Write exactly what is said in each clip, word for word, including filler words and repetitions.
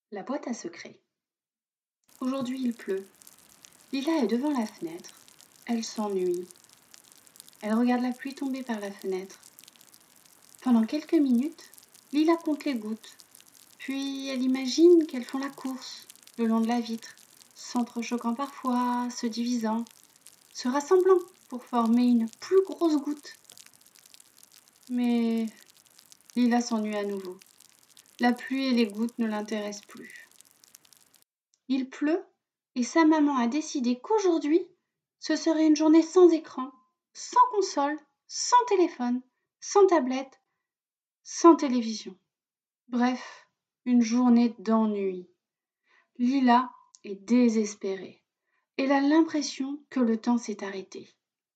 La boîte à secrets. Aujourd'hui il pleut. Lila est devant la fenêtre. Elle s'ennuie. Elle regarde la pluie tomber par la fenêtre. Pendant quelques minutes, Lila compte les gouttes. Puis elle imagine qu'elles font la course le long de la vitre, s'entrechoquant parfois, se divisant, se rassemblant pour former une plus grosse goutte. Mais Lila s'ennuie à nouveau. La pluie et les gouttes ne l'intéressent plus. Il pleut et sa maman a décidé qu'aujourd'hui, ce serait une journée sans écran, sans console, sans téléphone, sans tablette, sans télévision. Bref, une journée d'ennui. Lila est désespérée. Elle a l'impression que le temps s'est arrêté.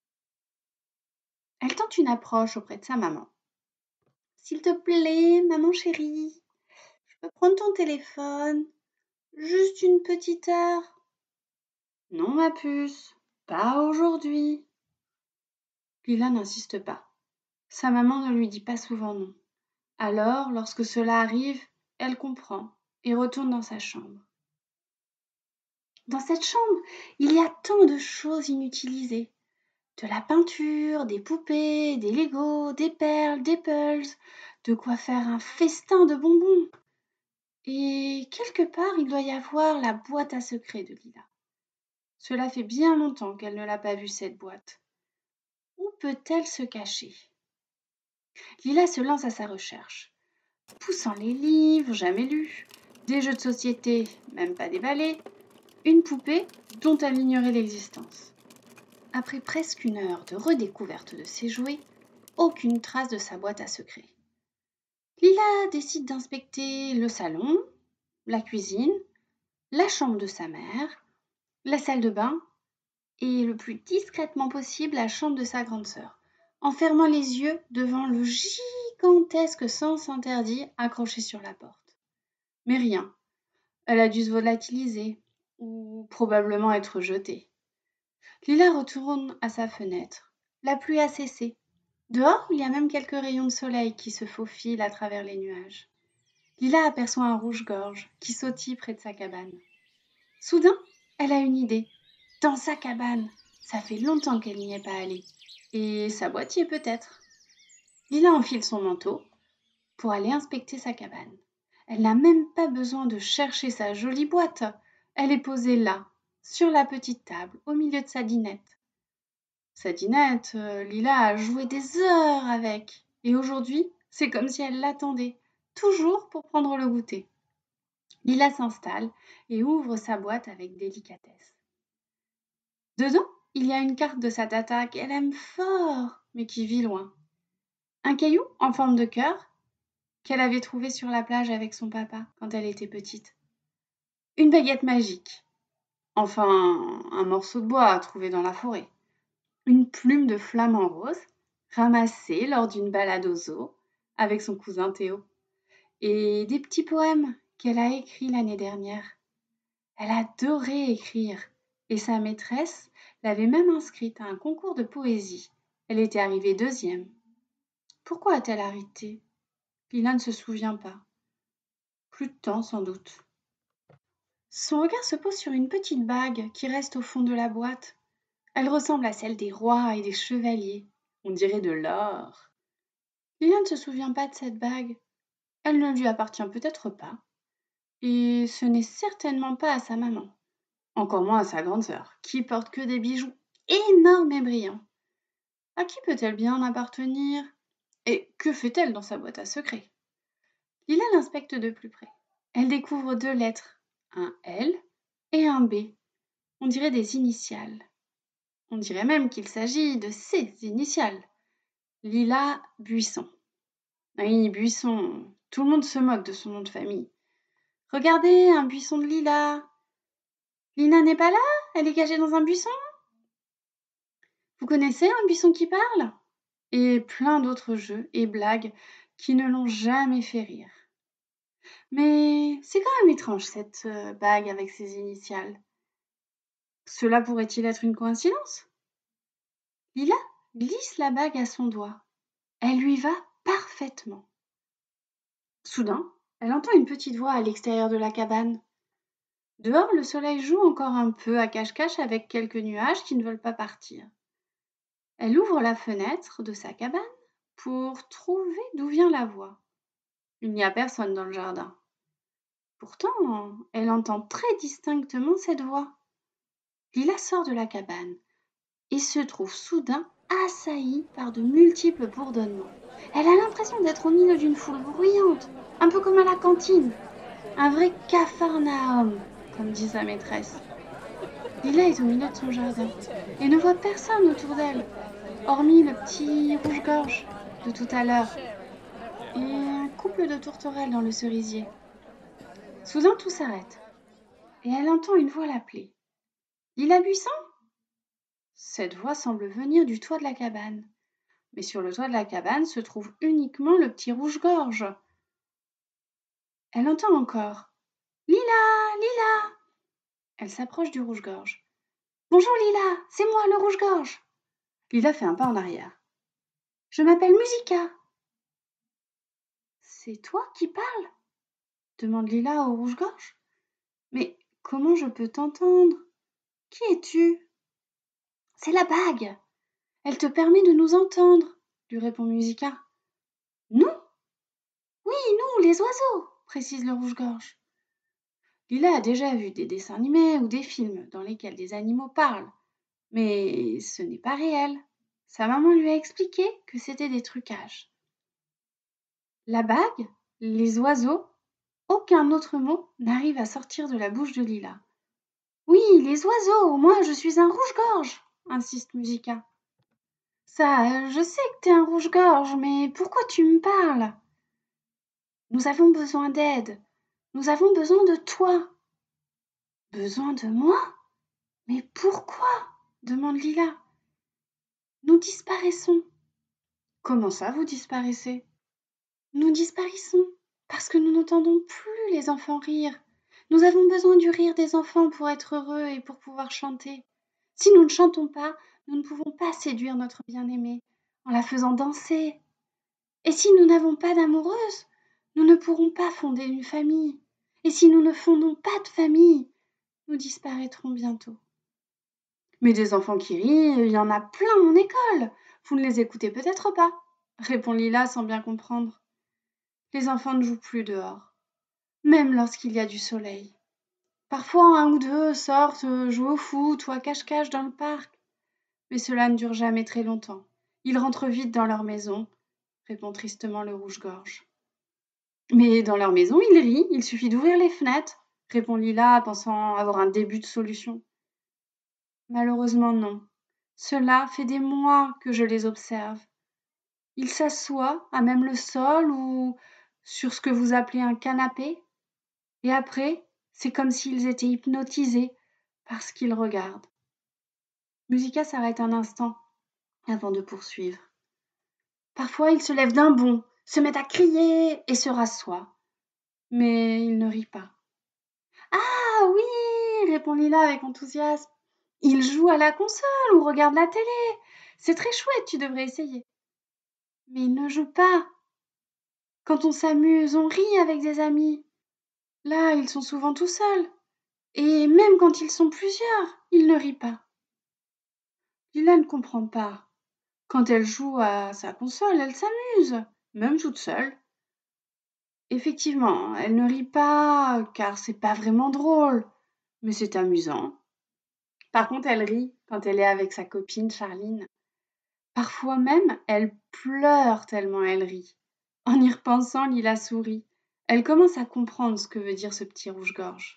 Elle tente une approche auprès de sa maman. « S'il te plaît, maman chérie, je peux prendre ton téléphone, juste une petite heure ?»« Non, ma puce, pas aujourd'hui. » Lila n'insiste pas. Sa maman ne lui dit pas souvent non. Alors, lorsque cela arrive, elle comprend et retourne dans sa chambre. Dans cette chambre, il y a tant de choses inutilisées. De la peinture, des poupées, des Legos, des perles, des pulls, de quoi faire un festin de bonbons. Et quelque part, il doit y avoir la boîte à secrets de Lila. Cela fait bien longtemps qu'elle ne l'a pas vue, cette boîte. Où peut-elle se cacher ? Lila se lance à sa recherche, poussant les livres jamais lus, des jeux de société même pas déballés, une poupée dont elle ignorait l'existence. Après presque une heure de redécouverte de ses jouets, aucune trace de sa boîte à secrets. Lila décide d'inspecter le salon, la cuisine, la chambre de sa mère, la salle de bain et le plus discrètement possible la chambre de sa grande sœur, en fermant les yeux devant le gigantesque sens interdit accroché sur la porte. Mais rien. Elle a dû se volatiliser ou probablement être jetée. Lila retourne à sa fenêtre. La pluie a cessé. Dehors, il y a même quelques rayons de soleil qui se faufilent à travers les nuages. Lila aperçoit un rouge-gorge qui sautille près de sa cabane. Soudain, elle a une idée. Dans sa cabane, ça fait longtemps qu'elle n'y est pas allée. Et sa boîte y est peut-être. Lila enfile son manteau pour aller inspecter sa cabane. Elle n'a même pas besoin de chercher sa jolie boîte. Elle est posée là, sur la petite table, au milieu de sa dinette. Sa dinette, euh, Lila a joué des heures avec. Et aujourd'hui, c'est comme si elle l'attendait, toujours pour prendre le goûter. Lila s'installe et ouvre sa boîte avec délicatesse. Dedans, il y a une carte de sa tata qu'elle aime fort, mais qui vit loin. Un caillou en forme de cœur qu'elle avait trouvé sur la plage avec son papa quand elle était petite. Une baguette magique, enfin un morceau de bois trouvé dans la forêt. Une plume de flamant rose ramassée lors d'une balade au zoo avec son cousin Théo. Et des petits poèmes qu'elle a écrits l'année dernière. Elle adorait écrire et sa maîtresse l'avait même inscrite à un concours de poésie. Elle était arrivée deuxième. Pourquoi a-t-elle arrêté ? Lila ne se souvient pas. Plus de temps sans doute. Son regard se pose sur une petite bague qui reste au fond de la boîte. Elle ressemble à celle des rois et des chevaliers. On dirait de l'or. Lila ne se souvient pas de cette bague. Elle ne lui appartient peut-être pas. Et ce n'est certainement pas à sa maman. Encore moins à sa grande sœur, qui porte que des bijoux énormes et brillants. À qui peut-elle bien appartenir ? Et que fait-elle dans sa boîte à secrets ? Lila l'inspecte de plus près. Elle découvre deux lettres, un L et un B. On dirait des initiales. On dirait même qu'il s'agit de ses initiales. Lila Buisson. Oui, Buisson. Tout le monde se moque de son nom de famille. Regardez, un buisson de Lila. Lina n'est pas là ? Elle est cachée dans un buisson ? Vous connaissez un buisson qui parle ? Et plein d'autres jeux et blagues qui ne l'ont jamais fait rire. Mais c'est quand même étrange cette euh, bague avec ses initiales. Cela pourrait-il être une coïncidence ? Lila glisse la bague à son doigt. Elle lui va parfaitement. Soudain, Elle entend une petite voix à l'extérieur de la cabane. Dehors, le soleil joue encore un peu à cache-cache avec quelques nuages qui ne veulent pas partir. Elle ouvre la fenêtre de sa cabane pour trouver d'où vient la voix. Il n'y a personne dans le jardin. Pourtant, elle entend très distinctement cette voix. Lila sort de la cabane et se trouve soudain assaillie par de multiples bourdonnements. Elle a l'impression d'être au milieu d'une foule bruyante, un peu comme à la cantine. Un vrai capharnaüm, comme dit sa maîtresse. Lila est au milieu de son jardin et ne voit personne autour d'elle, hormis le petit rouge-gorge de tout à l'heure et un couple de tourterelles dans le cerisier. Soudain, tout s'arrête et elle entend une voix l'appeler. Lila Buisson ? Cette voix semble venir du toit de la cabane. Mais sur le toit de la cabane se trouve uniquement le petit rouge-gorge. Elle entend encore. Lila, Lila. Elle s'approche du rouge-gorge. Bonjour Lila, c'est moi le rouge-gorge. Lila fait un pas en arrière. Je m'appelle Musica. C'est toi qui parles ? Demande Lila au rouge-gorge. Mais comment je peux t'entendre ? Qui es-tu ? C'est la bague. Elle te permet de nous entendre, lui répond Musica. Nous ? Oui, nous, les oiseaux, précise le rouge-gorge. Lila a déjà vu des dessins animés ou des films dans lesquels des animaux parlent, mais ce n'est pas réel. Sa maman lui a expliqué que c'était des trucages. La bague, les oiseaux, aucun autre mot n'arrive à sortir de la bouche de Lila. Oui, les oiseaux, moi je suis un rouge-gorge, insiste Musica. Ça, je sais que t'es un rouge-gorge, mais pourquoi tu me parles ? Nous avons besoin d'aide. Nous avons besoin de toi. Besoin de moi ? Mais pourquoi ? Demande Lila. Nous disparaissons. Comment ça, vous disparaissez ? Nous disparaissons parce que nous n'entendons plus les enfants rire. Nous avons besoin du rire des enfants pour être heureux et pour pouvoir chanter. Si nous ne chantons pas, nous ne pouvons pas séduire notre bien-aimée en la faisant danser. Et si nous n'avons pas d'amoureuse, nous ne pourrons pas fonder une famille. Et si nous ne fondons pas de famille, nous disparaîtrons bientôt. Mais des enfants qui rient, il y en a plein en école. Vous ne les écoutez peut-être pas, répond Lila sans bien comprendre. Les enfants ne jouent plus dehors, même lorsqu'il y a du soleil. Parfois, un ou deux sortent jouer au foot ou à cache-cache dans le parc. Mais cela ne dure jamais très longtemps. Ils rentrent vite dans leur maison, répond tristement le rouge-gorge. Mais dans leur maison, ils rient, il suffit d'ouvrir les fenêtres, répond Lila, pensant avoir un début de solution. Malheureusement, non. Cela fait des mois que je les observe. Ils s'assoient à même le sol ou sur ce que vous appelez un canapé, et après, c'est comme s'ils étaient hypnotisés par ce qu'ils regardent. Musica s'arrête un instant avant de poursuivre. Parfois, ils se lèvent d'un bond, se mettent à crier et se rassoient. Mais ils ne rient pas. Ah oui, répond Lila avec enthousiasme. Ils jouent à la console ou regardent la télé. C'est très chouette, tu devrais essayer. Mais ils ne jouent pas. Quand on s'amuse, on rit avec des amis. Là, ils sont souvent tout seuls. Et même quand ils sont plusieurs, ils ne rient pas. Lila ne comprend pas. Quand elle joue à sa console, elle s'amuse, même toute seule. Effectivement, elle ne rit pas, car c'est pas vraiment drôle, mais c'est amusant. Par contre, elle rit quand elle est avec sa copine Charline. Parfois même, elle pleure tellement elle rit. En y repensant, Lila sourit. Elle commence à comprendre ce que veut dire ce petit rouge-gorge.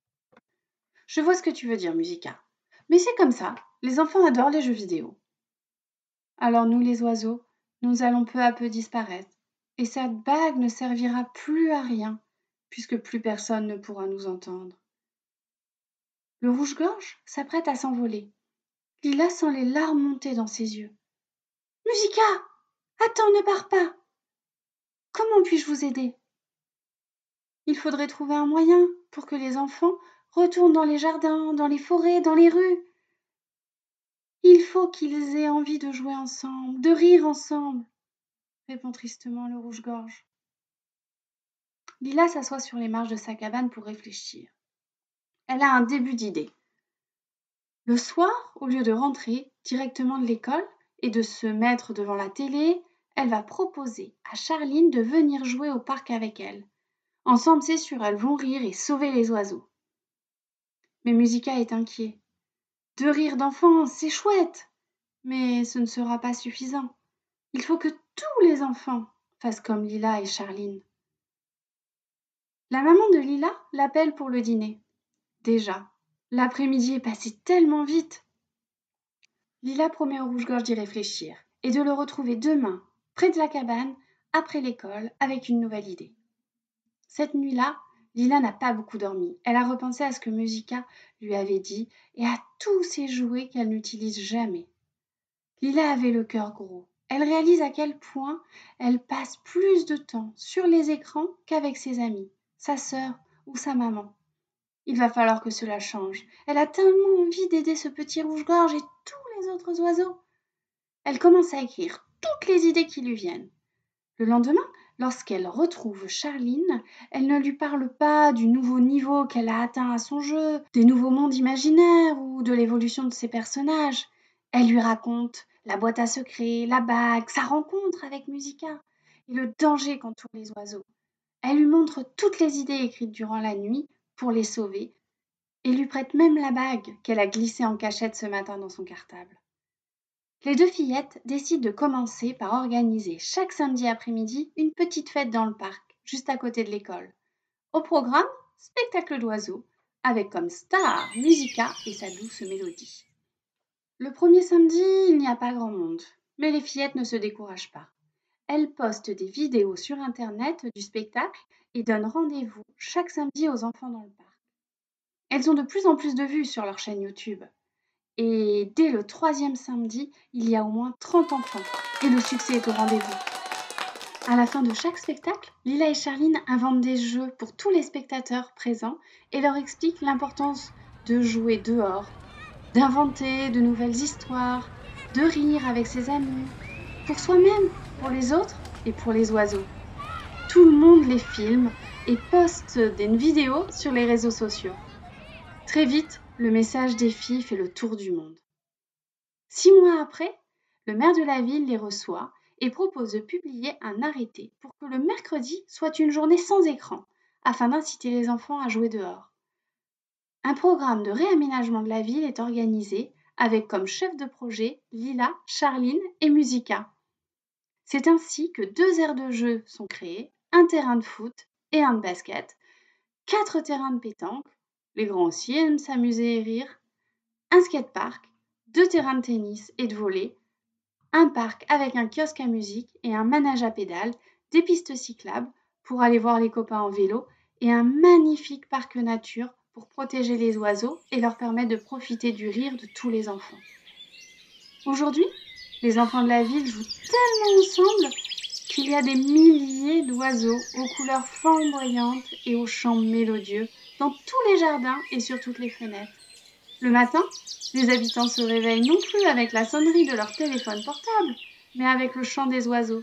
Je vois ce que tu veux dire, Musica. Mais c'est comme ça, les enfants adorent les jeux vidéo. Alors nous, les oiseaux, nous allons peu à peu disparaître. Et cette bague ne servira plus à rien, puisque plus personne ne pourra nous entendre. Le rouge-gorge s'apprête à s'envoler. Lila sent les larmes monter dans ses yeux. Musica, attends, ne pars pas. Comment puis-je vous aider ? Il faudrait trouver un moyen pour que les enfants retournent dans les jardins, dans les forêts, dans les rues. Il faut qu'ils aient envie de jouer ensemble, de rire ensemble, répond tristement le rouge-gorge. Lila s'assoit sur les marches de sa cabane pour réfléchir. Elle a un début d'idée. Le soir, au lieu de rentrer directement de l'école et de se mettre devant la télé, elle va proposer à Charline de venir jouer au parc avec elle. Ensemble, c'est sûr, elles vont rire et sauver les oiseaux. Mais Musica est inquiet. De rire d'enfants, c'est chouette, mais ce ne sera pas suffisant. Il faut que tous les enfants fassent comme Lila et Charline. La maman de Lila l'appelle pour le dîner. Déjà, l'après-midi est passé tellement vite. Lila promet au rouge-gorge d'y réfléchir et de le retrouver demain, près de la cabane, après l'école, avec une nouvelle idée. Cette nuit-là, Lila n'a pas beaucoup dormi. Elle a repensé à ce que Musica lui avait dit et à tous ces jouets qu'elle n'utilise jamais. Lila avait le cœur gros. Elle réalise à quel point elle passe plus de temps sur les écrans qu'avec ses amis, sa sœur ou sa maman. Il va falloir que cela change. Elle a tellement envie d'aider ce petit rouge-gorge et tous les autres oiseaux. Elle commence à écrire toutes les idées qui lui viennent. Le lendemain, lorsqu'elle retrouve Charline, elle ne lui parle pas du nouveau niveau qu'elle a atteint à son jeu, des nouveaux mondes imaginaires ou de l'évolution de ses personnages. Elle lui raconte la boîte à secrets, la bague, sa rencontre avec Musica et le danger qu'entourent les oiseaux. Elle lui montre toutes les idées écrites durant la nuit pour les sauver et lui prête même la bague qu'elle a glissée en cachette ce matin dans son cartable. Les deux fillettes décident de commencer par organiser chaque samedi après-midi une petite fête dans le parc, juste à côté de l'école. Au programme, spectacle d'oiseaux, avec comme star Musica et sa douce mélodie. Le premier samedi, il n'y a pas grand monde, mais les fillettes ne se découragent pas. Elles postent des vidéos sur Internet du spectacle et donnent rendez-vous chaque samedi aux enfants dans le parc. Elles ont de plus en plus de vues sur leur chaîne YouTube. Et dès le troisième samedi, il y a au moins trente enfants. Et le succès est au rendez-vous. À la fin de chaque spectacle, Lila et Charline inventent des jeux pour tous les spectateurs présents et leur expliquent l'importance de jouer dehors, d'inventer de nouvelles histoires, de rire avec ses amis, pour soi-même, pour les autres et pour les oiseaux. Tout le monde les filme et poste des vidéos sur les réseaux sociaux. Très vite, le message des filles fait le tour du monde. Six mois après, le maire de la ville les reçoit et propose de publier un arrêté pour que le mercredi soit une journée sans écran, afin d'inciter les enfants à jouer dehors. Un programme de réaménagement de la ville est organisé avec comme chef de projet Lila, Charline et Musica. C'est ainsi que deux aires de jeu sont créées, un terrain de foot et un de basket, quatre terrains de pétanque, les grands aussi aiment s'amuser et rire, un skatepark, deux terrains de tennis et de volley, un parc avec un kiosque à musique et un manège à pédales, des pistes cyclables pour aller voir les copains en vélo et un magnifique parc nature pour protéger les oiseaux et leur permettre de profiter du rire de tous les enfants. Aujourd'hui, les enfants de la ville jouent tellement ensemble qu'il y a des milliers d'oiseaux aux couleurs flamboyantes et aux chants mélodieux dans tous les jardins et sur toutes les fenêtres. Le matin, les habitants se réveillent non plus avec la sonnerie de leur téléphone portable, mais avec le chant des oiseaux.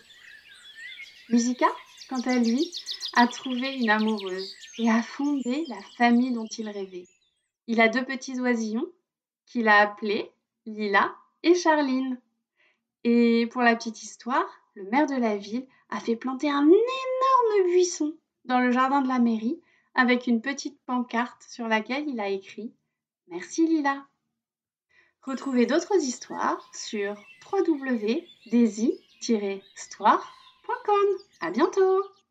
Musica, quant à lui, a trouvé une amoureuse et a fondé la famille dont il rêvait. Il a deux petits oisillons qu'il a appelés Lila et Charline. Et pour la petite histoire, le maire de la ville a fait planter un énorme buisson dans le jardin de la mairie avec une petite pancarte sur laquelle il a écrit « Merci Lila ». Retrouvez d'autres histoires sur w w w point daisy tiret histoire point com. À bientôt!